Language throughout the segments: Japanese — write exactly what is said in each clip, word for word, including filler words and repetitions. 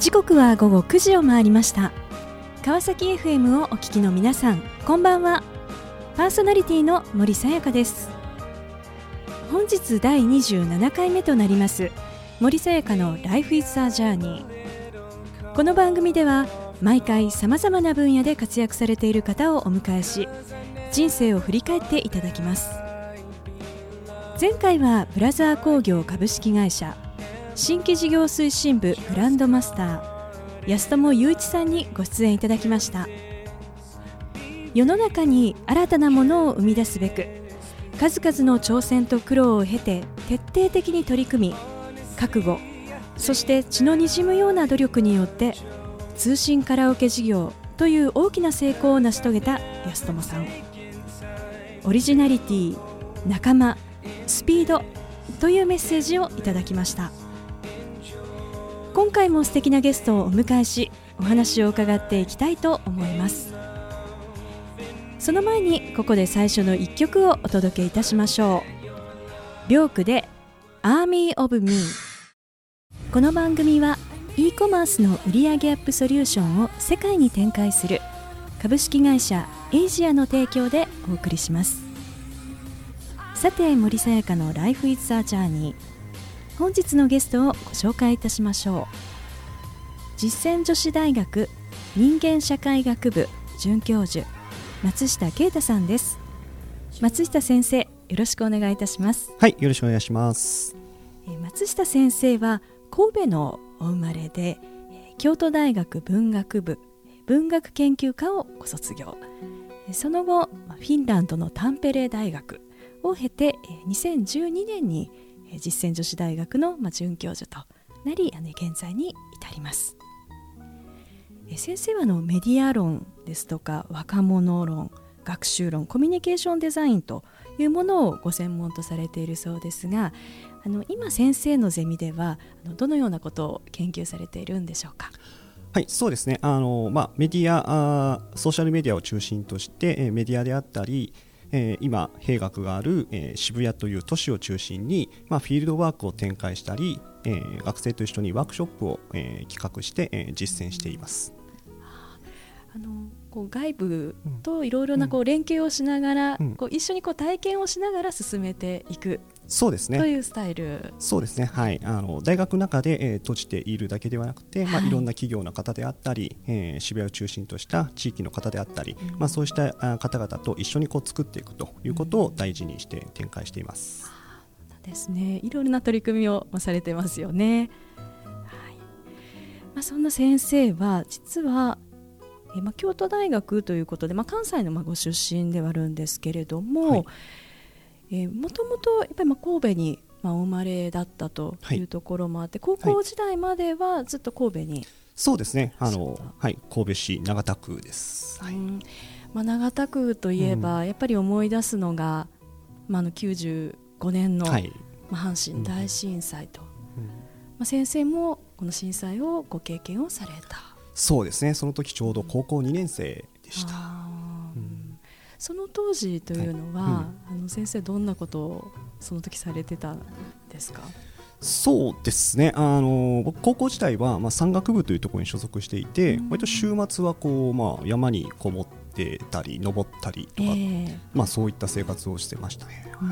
時刻は午後くじを回りました。川崎 エフエム をお聞きの皆さん、こんばんは。パーソナリティの森さやかです。本日だいにじゅうななかいめとなります森さやかの Life is a Journey。 この番組では毎回さまざまな分野で活躍されている方をお迎えし、人生を振り返っていただきます。前回はブラザー工業株式会社新規事業推進部ブランドマスター安友雄一さんにご出演いただきました。世の中に新たなものを生み出すべく、数々の挑戦と苦労を経て徹底的に取り組み、覚悟、そして血の滲むような努力によって通信カラオケ事業という大きな成功を成し遂げた安友さん。オリジナリティ、仲間、スピードというメッセージをいただきました。今回も素敵なゲストをお迎えし、お話を伺っていきたいと思います。その前にここで最初のいっきょくをお届けいたしましょう。ビョークで Army of Me。 この番組は e コマースの売上アップソリューションを世界に展開する株式会社エイジアの提供でお送りします。さて、森さやかの Life is a Journey、 本日のゲストをご紹介いたしましょう。実践女子大学人間社会学部准教授、松下啓太さんです。松下先生、よろしくお願いいたします。 はい、よろしくお願いします。 えー、松下先生は神戸のお生まれで、えー、京都大学文学部文学研究科をご卒業、えー、その後フィンランドのタンペレ大学を経て、えー、にせんじゅうにねんに、えー、実践女子大学の、まあ、准教授となり、あの現在に至ります。えー、先生はあのメディア論ですとか若者論、学習論、コミュニケーションデザインというものをご専門とされているそうですが、あの今先生のゼミではあのどのようなことを研究されているんでしょうか。 はい、そうですね。あの、まあ、メディアあソーシャルメディアを中心として、えー、メディアであったり、えー、今兵学がある、えー、渋谷という都市を中心に、まあ、フィールドワークを展開したり、えー、学生と一緒にワークショップを、えー、企画して、えー、実践しています。 あのこう外部といろいろなこう連携をしながら、うん、こう一緒にこう体験をしながら進めていく、 そうですね、 というスタイル。 そうですね、はい、あの大学の中で、えー、閉じているだけではなくて、はい、まあ、いろんな企業の方であったり、えー、渋谷を中心とした地域の方であったり、うん、まあ、そうした方々と一緒にこう作っていくということを大事にして展開しています。 うん、そうですね、いろいろな取り組みをされてますよね。はい、まあ、そんな先生は実はえまあ、京都大学ということで、まあ、関西のまあご出身ではあるんですけれども、はい、えー、もともとやっぱりまあ神戸にまあお生まれだったというところもあって、はい、高校時代まではずっと神戸に、はい、 そうですね、あの、はい、神戸市長田区です。はい、うん、 まあ、長田区といえば、うん、やっぱり思い出すのが、まあ、あのきゅうじゅうごねんの、はい、まあ、阪神大震災と、うん、まあ、先生もこの震災をご経験をされた。 そうですね、その時ちょうど高校にねん生でした。 うん、その当時というのは、はい、うん、あの先生どんなことをその時されてたんですか。 そうですね、あの僕高校時代は、まあ、山岳部というところに所属していて、うん、割と週末はこう、まあ、山にこもってたり登ったりとか、えーまあ、そういった生活をしてましたね。はい、うん、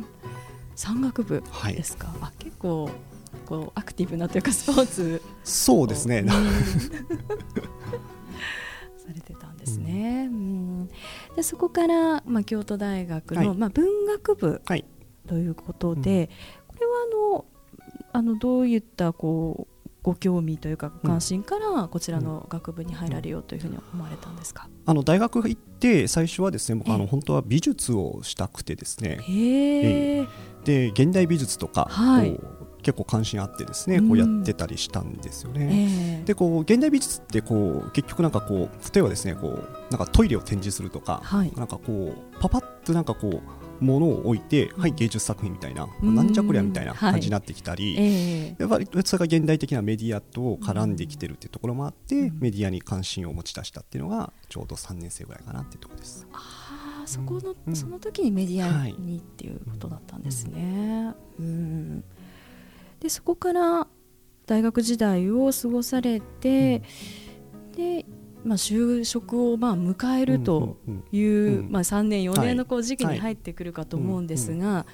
山岳部ですか。はい、あ、結構こうアクティブなというかスポーツそうですね、うん、されてたんですね。うん、でそこから、まあ、京都大学の、はい、まあ、文学部ということで、はい、うん、これはあのあのどういったこうご興味というか関心からこちらの学部に入られようというふうに思われたんですか。 あの大学行って最初はですね、僕あの本当は美術をしたくてですね、へー、で現代美術とか、はい、結構関心あってですね、こうやってたりしたんですよね。えー、でこう現代美術ってこう結局なんかこう例えばですね、こうなんかトイレを展示するとか、はい、なんかこうパパッとなんかこう物を置いて、うん、はい芸術作品みたいな、なんじゃこりゃみたいな感じになってきたり、はい、えー、やっぱりそれが現代的なメディアと絡んできてるっていうところもあって、うん、メディアに関心を持ち出したっていうのがちょうどさんねん生ぐらいかなっていうところです。 あ、そこの、うん、その時にメディアにっていうことだったんですね。はい、うん、でそこから大学時代を過ごされて、うん、で、まあ、就職をまあ迎えるという、うんうんうん、まあ、さんねんよねんのこう時期に入ってくるかと思うんですが、はいはい、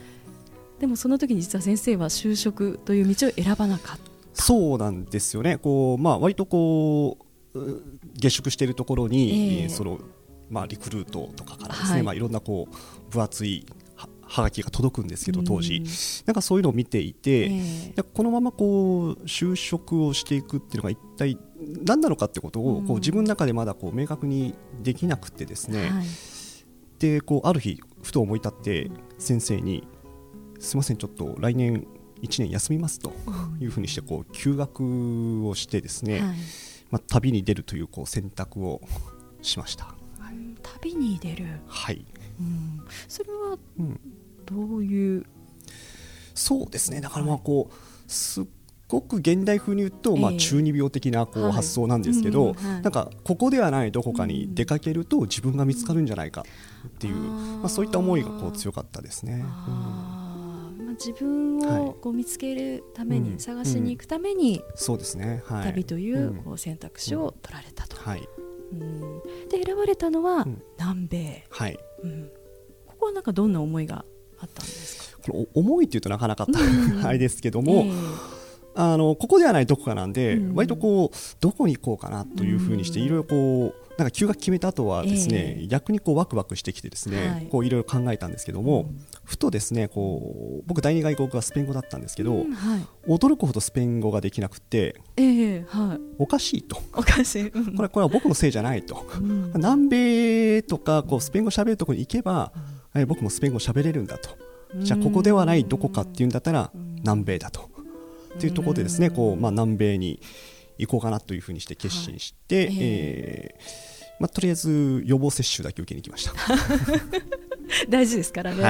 でもその時に実は先生は就職という道を選ばなかった。 そうなんですよね。こう、まあ、割とこう下宿しているところに、えーそのまあ、リクルートとかからですね、はい、まあ、いろんなこう分厚いはがきが届くんですけど、当時なんかそういうのを見ていて、えー、このままこう就職をしていくっていうのが一体何なのかってことをこう自分の中でまだこう明確にできなくてですね、はい、でこうある日ふと思い立って先生にすいませんちょっと来年いちねん休みますというふうにしてこう休学をしてですね、はい、まあ、旅に出るというこう選択をしました。 はい、旅に出る、 はい、 うん、それはどういう、うん、 そうですね、だからまあこうすっごく現代風に言うと、まあ中二病的なこう発想なんですけど、なんかここではないどこかに出かけると自分が見つかるんじゃないかっていう、まあ、そういった思いがこう強かったですね。 あ、まあ、自分をこう見つけるために、はい、探しに行くために、 うん、そうですね、はい、 旅というこう選択肢を取られたと、 うん、はい、 うん、で選ばれたのは南米、うん、はい、うん、ここはなんかどんな思いがあったんですか？ この思いというとなかなかあれですけども、えー、あのここではないどこかなんで、うん、割とこうどこに行こうかなというふうにしていろいろこうなんか休学決めた後はですね、えー、逆にこうワクワクしてきてですね、はい、こういろいろ考えたんですけども、うん、ふとですねこう僕第二外国語がスペイン語だったんですけど、うん、はい、驚くほどスペイン語ができなくて、えーはい、おかしいと、 おかしい、うん、 これこれは僕のせいじゃないと、うん、南米とかこうスペイン語喋るところに行けば、うん、え僕もスペイン語喋れるんだと、うん、じゃあここではないどこかっていうんだったら南米だと、というところでですねこう、まあ、南米に行こうかなというふうにして決心して、はい、えーえーまあ、とりあえず予防接種だけ受けに行きました大事ですからね、 はい、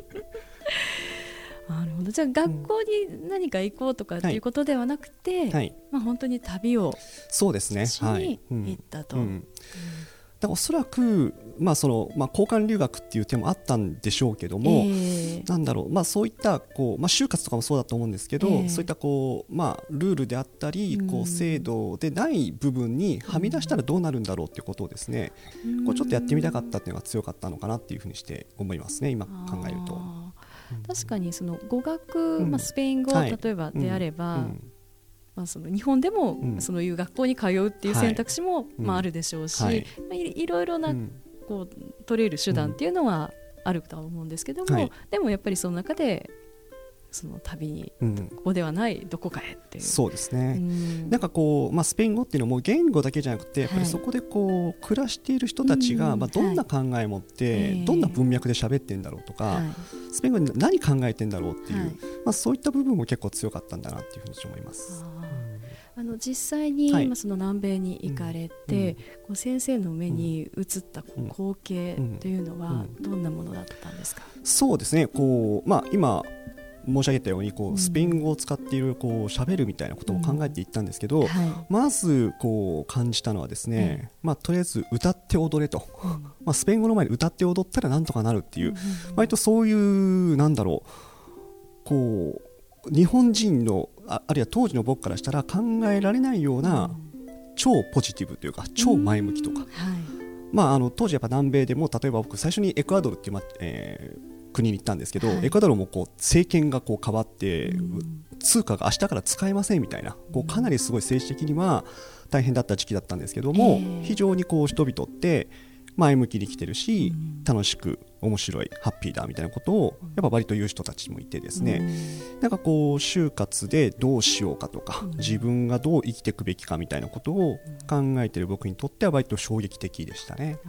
なるほど。じゃあ学校に何か行こうとかっていうことではなくて、はい、まあ、本当に旅をそうですね、 しに行ったと、はい、うんうん、 だからおそらく、まあそのまあ、交換留学っていう手もあったんでしょうけども、えー、なんだろう、まあ、そういったこう、まあ、就活とかもそうだと思うんですけど、えー、そういったこう、まあ、ルールであったり、うん、こう制度でない部分にはみ出したらどうなるんだろうっていうことをですね、うん、こうちょっとやってみたかったっていうのが強かったのかなっていうふうにして思いますね、今考えると。 確かにその語学、まあ、スペイン語、はい、例えばであれば、うんうん、まあ、その日本でもそういう学校に通うっていう選択肢もまああるでしょうし、はい、まあ、いろいろなこう取れる手段っていうのはあるとは思うんですけども、はい、でもやっぱりその中でその旅にここではないどこかへっていう、 そうですね、うん、なんかこう、まあ、スペイン語っていうのも言語だけじゃなくてやっぱりそこでこう暮らしている人たちが、まあ、どんな考えを持ってどんな文脈で喋ってるんだろうとか、はい、スペイン語で何考えてるんだろうっていう、はい、まあ、そういった部分も結構強かったんだなっていうふうに思います。 あの実際に今その南米に行かれて、はい、こう先生の目に映ったこう光景というのはどんなものだったんですか？ そうですね、こう、まあ、今申し上げたようにこうスペイン語を使っているこう喋るみたいなことを考えていったんですけど、うん、はい、まずこう感じたのはですね、うん、まあ、とりあえず歌って踊れと、うん、まあ、スペイン語の前に歌って踊ったらなんとかなるっていう、うん、割とそういうなんだろう、こう日本人の あ, あるいは当時の僕からしたら考えられないような超ポジティブというか超前向きとか、うん、はい、まあ、あの当時やっぱ南米でも例えば僕最初にエクアドルっていう、まえー国に行ったんですけど、はい、エクアドルもこう政権がこう変わって、うん、通貨が明日から使えませんみたいな、こうかなりすごい政治的には大変だった時期だったんですけども、えー、非常にこう人々って前向きに来てるし、うん、楽しく面白いハッピーだみたいなことをやっぱ割と言う人たちもいてですね、うん、なんかこう就活でどうしようかとか、うん、自分がどう生きていくべきかみたいなことを考えている僕にとっては割と衝撃的でしたね。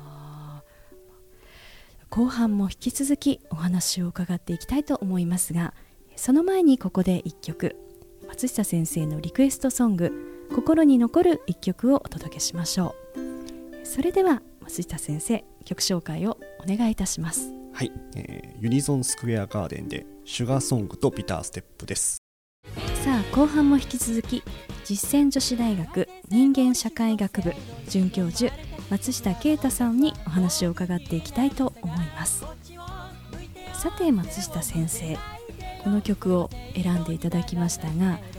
後半も引き続きお話を伺っていきたいと思いますが、その前にここでいっきょく、松下先生のリクエストソング、心に残るいっきょくをお届けしましょう。それでは松下先生、曲紹介をお願いいたします。 はい、えー、ユニゾンスクエアガーデンでシュガーソングとビターステップです。 さあ後半も引き続き、実践女子大学人間社会学部准教授松下啓太さんにお話を伺っていきたいと思います。さて松下先生、この曲を選んでいただきましたが、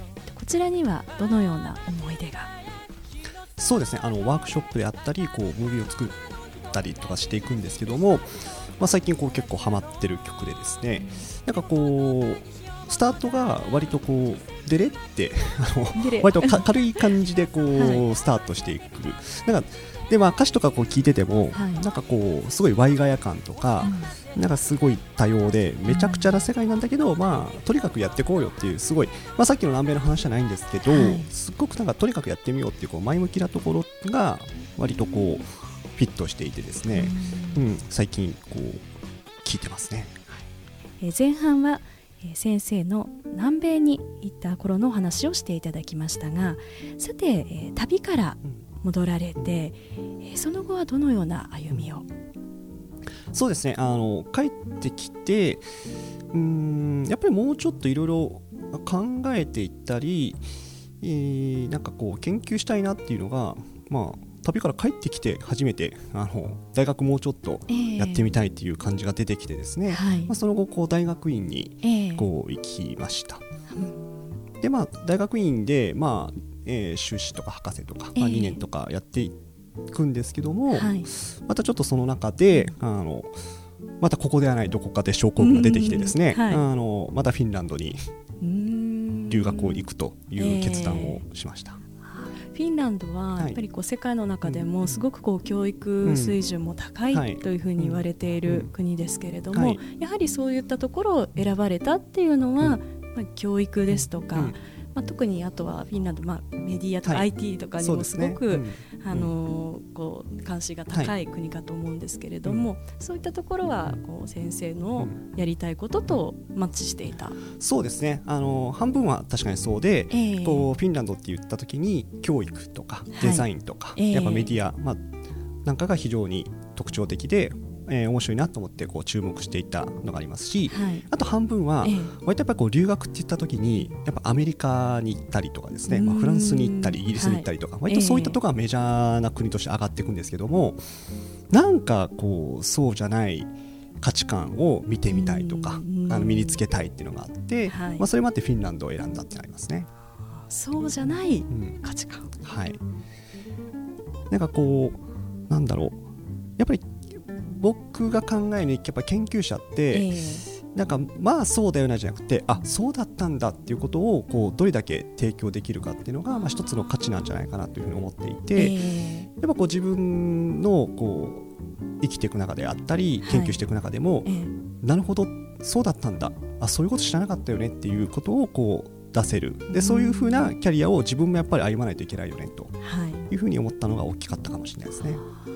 こちらにはどのような思い出が？ そうですね、あのワークショップであったりこうムービーを作ったりとかしていくんですけども、まあ、最近こう結構ハマってる曲でですね、なんかこうスタートが割とこうデレってあの割と軽い感じでこう、はい、スタートしていく。なんかで、まあ、歌詞とかこう聞いてても、はい、なんかこうすごいワイガヤ感とか、うん、なんかすごい多様でめちゃくちゃな世界なんだけど、うん、まあとにかくやっていこうよっていうすごい、まあ、さっきの南米の話じゃないんですけど、はい、すごくなんかとにかくやってみようっていう、こう前向きなところが割とこうフィットしていてですね、うん、うん、最近こう聞いてますね。 えー、前半は先生の南米に行った頃のお話をしていただきましたが、さて、えー、旅から戻られて、えー、その後はどのような歩みを？ そうですね、あの帰ってきて、うーんやっぱりもうちょっといろいろ考えていったり、えー、なんかこう研究したいなっていうのが、まあ旅から帰ってきて初めてあの大学もうちょっとやってみたいっていう感じが出てきてですね、えーはい、まあ、その後こう大学院にこう行きました。えー、でまあ大学院で、まあえー、修士とか博士とか、まあ、にねんとかやっていくんですけども、えーはい、またちょっとその中であのまたここではないどこかで症候群が出てきてですね、はい、あのまたフィンランドに留学を行くという決断をしました。えーフィンランドはやっぱりこう世界の中でもすごくこう教育水準も高いというふうに言われている国ですけれども、やはりそういったところを選ばれたっていうのは、まあ、教育ですとか、まあ、特にあとはフィンランド、まあ、メディアとか アイティー とかにもすごく、はい、ね、うん、あのこう関心が高い国かと思うんですけれども、はい、そういったところはこう先生のやりたいこととマッチしていた？ そうですね、あの半分は確かにそうで、えー、こうフィンランドって言った時に教育とかデザインとか、はい、やっぱメディア、まあ、なんかが非常に特徴的で、えー、面白いなと思ってこう注目していたのがありますし、はい、あと半分は、えー、割とやっぱりこう留学って言った時にやっぱアメリカに行ったりとかですね、まあ、フランスに行ったりイギリスに行ったりとか、はい、割とそういったところがメジャーな国として上がっていくんですけども、えー、なんかこうそうじゃない価値観を見てみたいとか、あの身につけたいっていうのがあって、はい、まあ、それもあってフィンランドを選んだってなりますね。 そうじゃない価値観、 うん、はい、なんかこうなんだろう、やっぱり僕が考えるにやっぱ研究者って、えー、なんかまあそうだよなじゃなくて、あそうだったんだっていうことをこうどれだけ提供できるかっていうのが、まあ、一つの価値なんじゃないかなというふうに思っていて、えー、やっぱこう自分のこう生きていく中であったり研究していく中でも、はい、えー、なるほどそうだったんだ、あそういうこと知らなかったよねっていうことをこう出せる。でそういうふうなキャリアを自分もやっぱり歩まないといけないよねというふうに思ったのが大きかったかもしれないですね。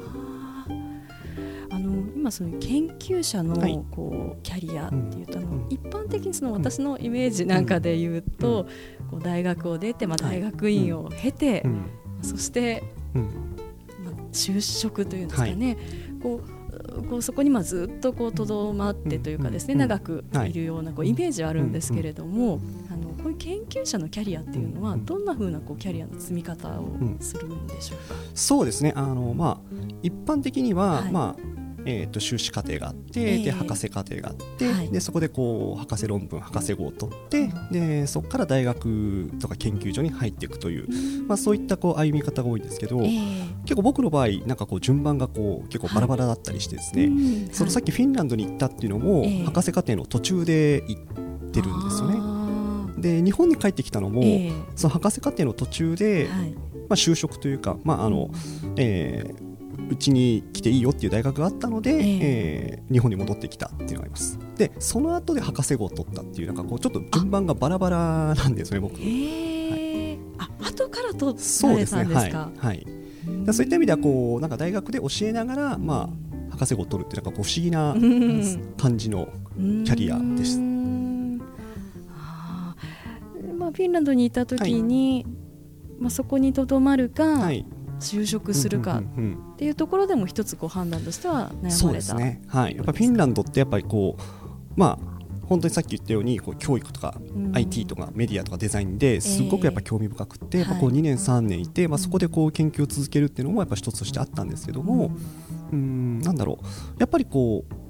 あの今その研究者のこうキャリアっていうと、はい、あの一般的にその私のイメージなんかで言うと、うん、こう大学を出て、まあ、大学院を経て、はい、うん、そして、うん、まあ、就職というんですかね、はい、こうこうそこにまあずっとこうとどまってというかですね、長くいるようなこうイメージはあるんですけれども、あのこういう研究者のキャリアっていうのはどんな風なこうキャリアの積み方をするんでしょうか？ そうですね、あの、まあ、一般的には、はい、まあえー、と修士課程があって、えー、で博士課程があって、はい、でそこでこう博士論文博士号を取って、でそこから大学とか研究所に入っていくという、まあ、そういったこう歩み方が多いんですけど、えー、結構僕の場合なんかこう順番がこう結構バラバラだったりしてですね、はい、そのさっきフィンランドに行ったっていうのも、はい、博士課程の途中で行ってるんですよね。で日本に帰ってきたのも、えー、その博士課程の途中で、はい、まあ、就職というか、まああのえーうちに来ていいよっていう大学があったので、えーえー、日本に戻ってきたっていうのがあります。でその後で博士号を取ったっていう、なんかこうちょっと順番がバラバラなんですね、僕。へー、はい、あ後から取られたんですか？そうですね、はいはい、だそういった意味ではこうなんか大学で教えながら、まあ、博士号を取るってなんかこう不思議な感じのキャリアです。 あ、まあ、フィンランドにいた時に、はい、まあ、そこにとどまるか、はい、就職するかっていうところでも一つこう判断としては悩まれた。 そうですね、はい、やっぱフィンランドってやっぱりこう、まあ、本当にさっき言ったようにこう教育とか アイティー とかメディアとかデザインですごくやっぱ興味深くて、えー、やっぱこうにねんさんねんいて、まあ、そこでこう研究を続けるっていうのもやっぱ一つとしてあったんですけども、うーん、なんだろう、やっぱりこう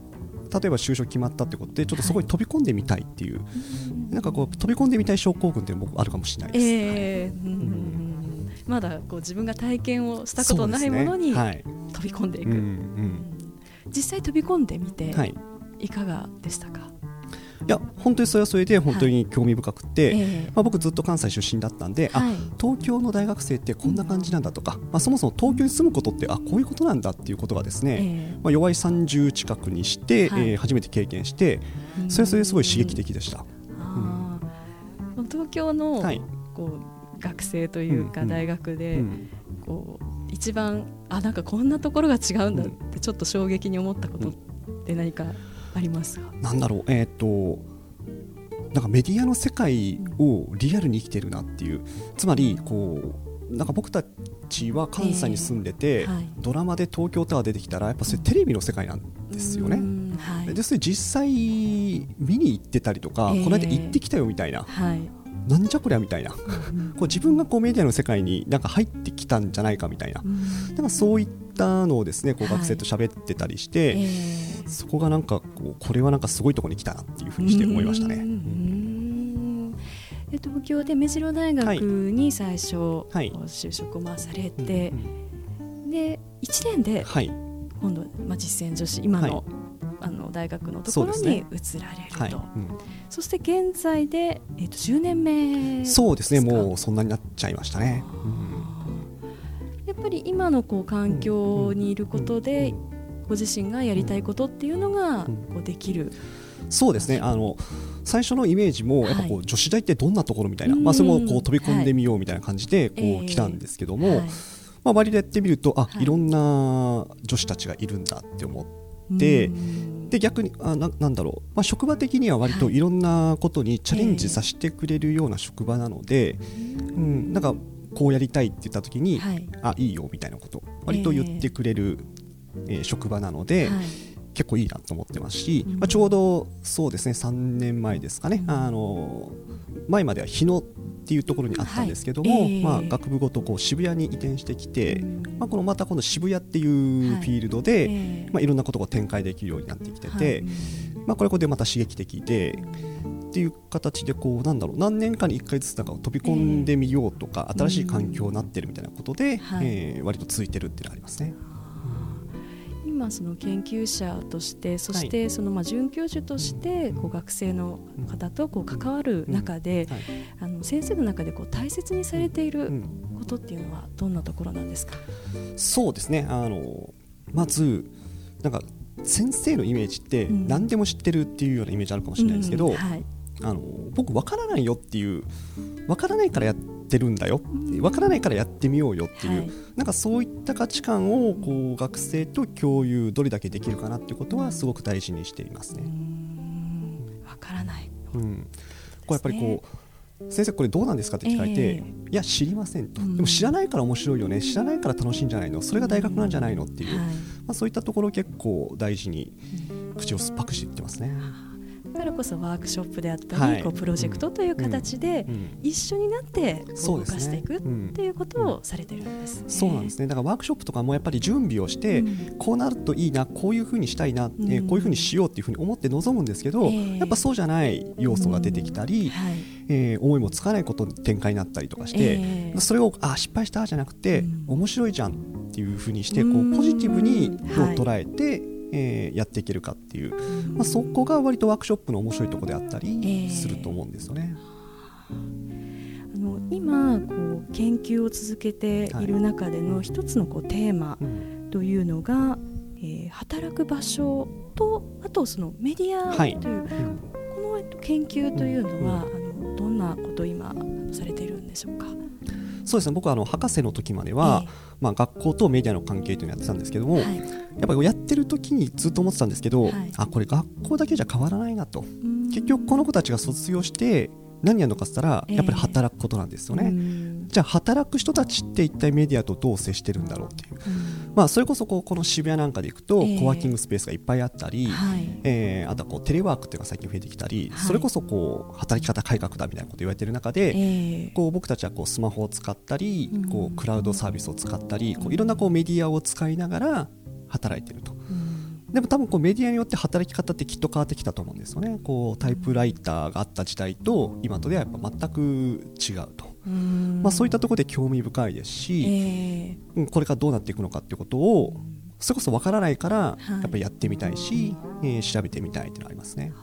例えば就職決まったってことでちょっとそこに飛び込んでみたいっていう、はい、なんかこう飛び込んでみたい症候群って僕あるかもしれないです、えーはいうん、 まだこう自分が体験をしたことないものに飛び込んでいく、ねはいうんうん、実際飛び込んでみていかがでしたか？ いや本当にそれはそれで本当に興味深くて、はいえーまあ、僕ずっと関西出身だったんで、はい、あ東京の大学生ってこんな感じなんだとか、まあ、そもそも東京に住むことってあこういうことなんだっていうことがですね、えーまあ、弱いさんじゅう近くにして、はいえー、初めて経験してそれはそれですごい刺激的でした。 あうん、東京のこう学生というか大学でこう一番あなんかこんなところが違うんだってちょっと衝撃に思ったことって何かありますか？ なんだろう、えー、となんかメディアの世界をリアルに生きてるなっていう、つまりこうなんか僕たちは関西に住んでて、えーはい、ドラマで東京タワー出てきたらやっぱそれテレビの世界なんですよね。はい、でそれ実際見に行ってたりとか、えー、この間行ってきたよみたいな、はい、なんじゃこりゃみたいなこう自分がこうメディアの世界になんか入ってきたんじゃないかみたいな、なんかそういったのをですねこう学生と喋ってたりして、はいえー、そこがなんかこうこれはなんかすごいところに来たなっていうふうにして思いましたね。うんうんで東京で目白大学に最初、はい、就職をまあされて、うんうん、でいちねんで今度はまあ実践女子今の、はいあの大学のところに移られると そ,、ねはいうん、そして現在で、えー、とじゅうねんめですか？ そうですねもうそんなになっちゃいましたね、うん、 やっぱり今のこう環境にいることで、うん、ご自身がやりたいことっていうのがこうできる、 うん、そうですねあの最初のイメージもやっぱこう女子大ってどんなところみたいな、はいまあ、それもこう飛び込んでみようみたいな感じでこう来たんですけども、はいはいまあ、割でやってみるとあ、はい、いろんな女子たちがいるんだって思ってで, で逆にあ な, なんだろう、まあ、職場的には割といろんなことにチャレンジさせてくれるような職場なので、えーうん、なんかこうやりたいって言った時に、はい、あいいよみたいなこと割と言ってくれる、えーえー、職場なので、はい、結構いいなと思ってますし、まあ、ちょうどそうですねさんねんまえですかね、あの前までは日野っていうところにあったんですけども、はいえーまあ、学部ごとこう渋谷に移転してきて、まあ、このまた今度渋谷っていうフィールドで、はいえーまあ、いろんなことを展開できるようになってきてて、はいまあ、これこれでまた刺激的でっていう形でこうなんだろう何年かにいっかいずつなんか飛び込んでみようとか、えー、新しい環境になってるみたいなことで、はいえー、割と続いてるっていうのがありますね。 今その研究者としてそしてそのまあ准教授としてこう学生の方とこう関わる中であの先生の中でこう大切にされていることっていうのはどんなところなんですか？ そうですねあのまずなんか先生のイメージって何でも知ってるっていうようなイメージあるかもしれないですけど、うんうんはい、あの僕分からないよっていう分からないからやってるんだよ分からないからやってみようよっていう、はい、なんかそういった価値観をこう学生と共有どれだけできるかなっていうことはすごく大事にしていますね。 分からない、 うん、こうやっぱりこう先生これどうなんですかって聞かれて、えー、いや知りませんと、でも知らないから面白いよね知らないから楽しいんじゃないのそれが大学なんじゃないのっていう、はいまあ、そういったところを結構大事に口を酸っぱくして言ってますね。 だからこそワークショップであったり、はい、こうプロジェクトという形で一緒になって動かしていくっていうことをされてるんですね。 そうなんですね。だからワークショップとかもやっぱり準備をして、うん、こうなるといいなこういうふうにしたいな、うんえー、こういうふうにしようっていうふうに思って臨むんですけど、えー、やっぱそうじゃない要素が出てきたり、うんはいえー、思いもつかないことの展開になったりとかして、えー、それをあ失敗したじゃなくて、うん、面白いじゃんっていうふうにしてこうポジティブにどう捉えて、はいえー、やっていけるかっていう、まあ、そこが割とワークショップの面白いところであったりすると思うんですよね。 えー、あの今こう研究を続けている中での一つのこうテーマというのが、はいえー、働く場所とあとそのメディアという、はい、この研究というのは、うん、あのどんなことを今されているんでしょうか？ そうですね僕はあの博士の時までは、えーまあ、学校とメディアの関係というのをやってたんですけども、はい、やっぱりやってる時にずっと思ってたんですけど、はい、あこれ学校だけじゃ変わらないなと結局この子たちが卒業して何やるのかって言ったらやっぱり働くことなんですよね、えー、じゃあ働く人たちって一体メディアとどう接してるんだろうっていう、まあ、それこそこうこの渋谷なんかで行くと、えー、コワーキングスペースがいっぱいあったり、はいえー、あとはこうテレワークっていうのが最近増えてきたり、はい、それこそこう働き方改革だみたいなこと言われてる中で、えー、こう僕たちはこうスマホを使ったり、うん、こうクラウドサービスを使ったりこういろんなこうメディアを使いながら働いていると、うんでも多分こうメディアによって働き方ってきっと変わってきたと思うんですよね。こうタイプライターがあった時代と今とではやっぱ全く違うと、うまあ、そういったところで興味深いですし、えー、これからどうなっていくのかっていうことをそれこそ分からないからやっぱりやってみたいし、はい、えー、調べてみたいっていうのがありますね。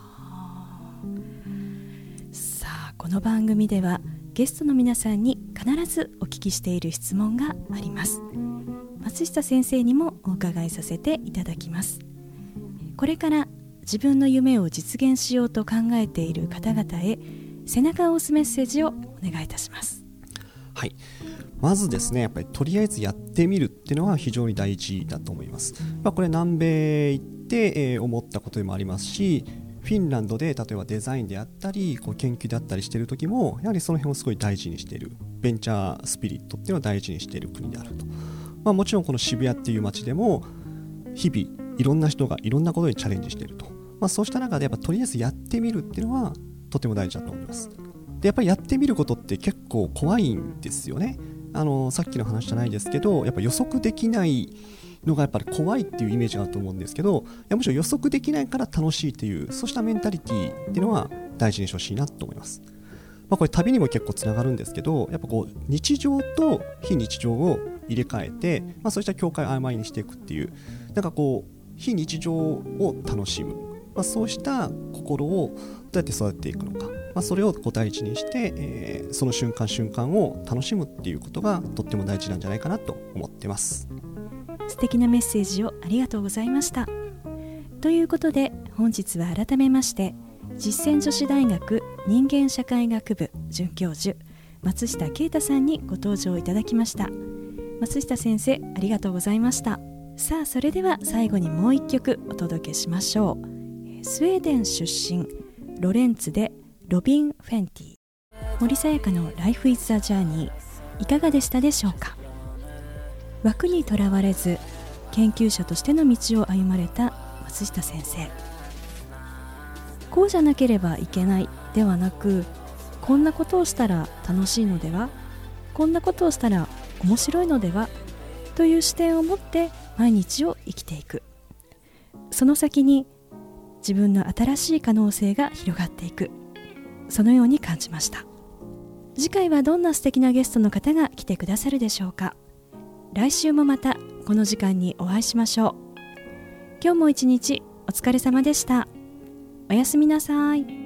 さあ、この番組ではゲストの皆さんに必ずお聞きしている質問があります。松下先生にもお伺いさせていただきます。これから自分の夢を実現しようと考えている方々へ背中を押すメッセージをお願いいたします。 はい、まずですね、やっぱりとりあえずやってみるっていうのは非常に大事だと思います。まあ、これ南米行って、えー、思ったことでもありますし、フィンランドで例えばデザインであったりこう研究であったりしている時もやはりその辺をすごい大事にしている、ベンチャースピリットっていうのを大事にしている国であると。まあ、もちろんこの渋谷っていう街でも日々いろんな人がいろんなことにチャレンジしていると、まあ、そうした中でやっぱとりあえずやってみるっていうのはとても大事だと思います。でやっぱりやってみることって結構怖いんですよね。あのさっきの話じゃないですけど、やっぱ予測できないのがやっぱり怖いっていうイメージがあると思うんですけど、いやむしろ予測できないから楽しいっていうそうしたメンタリティーっていうのは大事にしてほしいなと思います。まあ、これ旅にも結構つながるんですけど、やっぱこう日常と非日常を入れ替えて、まあ、そうした境界を曖昧にしていくっていう、なんかこう非日常を楽しむ、まあ、そうした心をどうやって育てていくのか、まあ、それをこう大事にして、えー、その瞬間瞬間を楽しむっていうことがとっても大事なんじゃないかなと思ってます。 素敵なメッセージをありがとうございました。ということで本日は改めまして実践女子大学人間社会学部准教授松下啓太さんにご登場いただきました。松下先生、ありがとうございました。さあ、それでは最後にもう一曲お届けしましょう。スウェーデン出身ロレンツでロビン・フェンティ。森さやかの Life is a Journey いかがでしたでしょうか。枠にとらわれず研究者としての道を歩まれた松下先生、こうじゃなければいけないではなく、こんなことをしたら楽しいのでは、こんなことをしたら面白いのではという視点を持って毎日を生きていく。その先に自分の新しい可能性が広がっていく、そのように感じました。次回はどんな素敵なゲストの方が来てくださるでしょうか。来週もまたこの時間にお会いしましょう。今日も一日お疲れ様でした。おやすみなさい。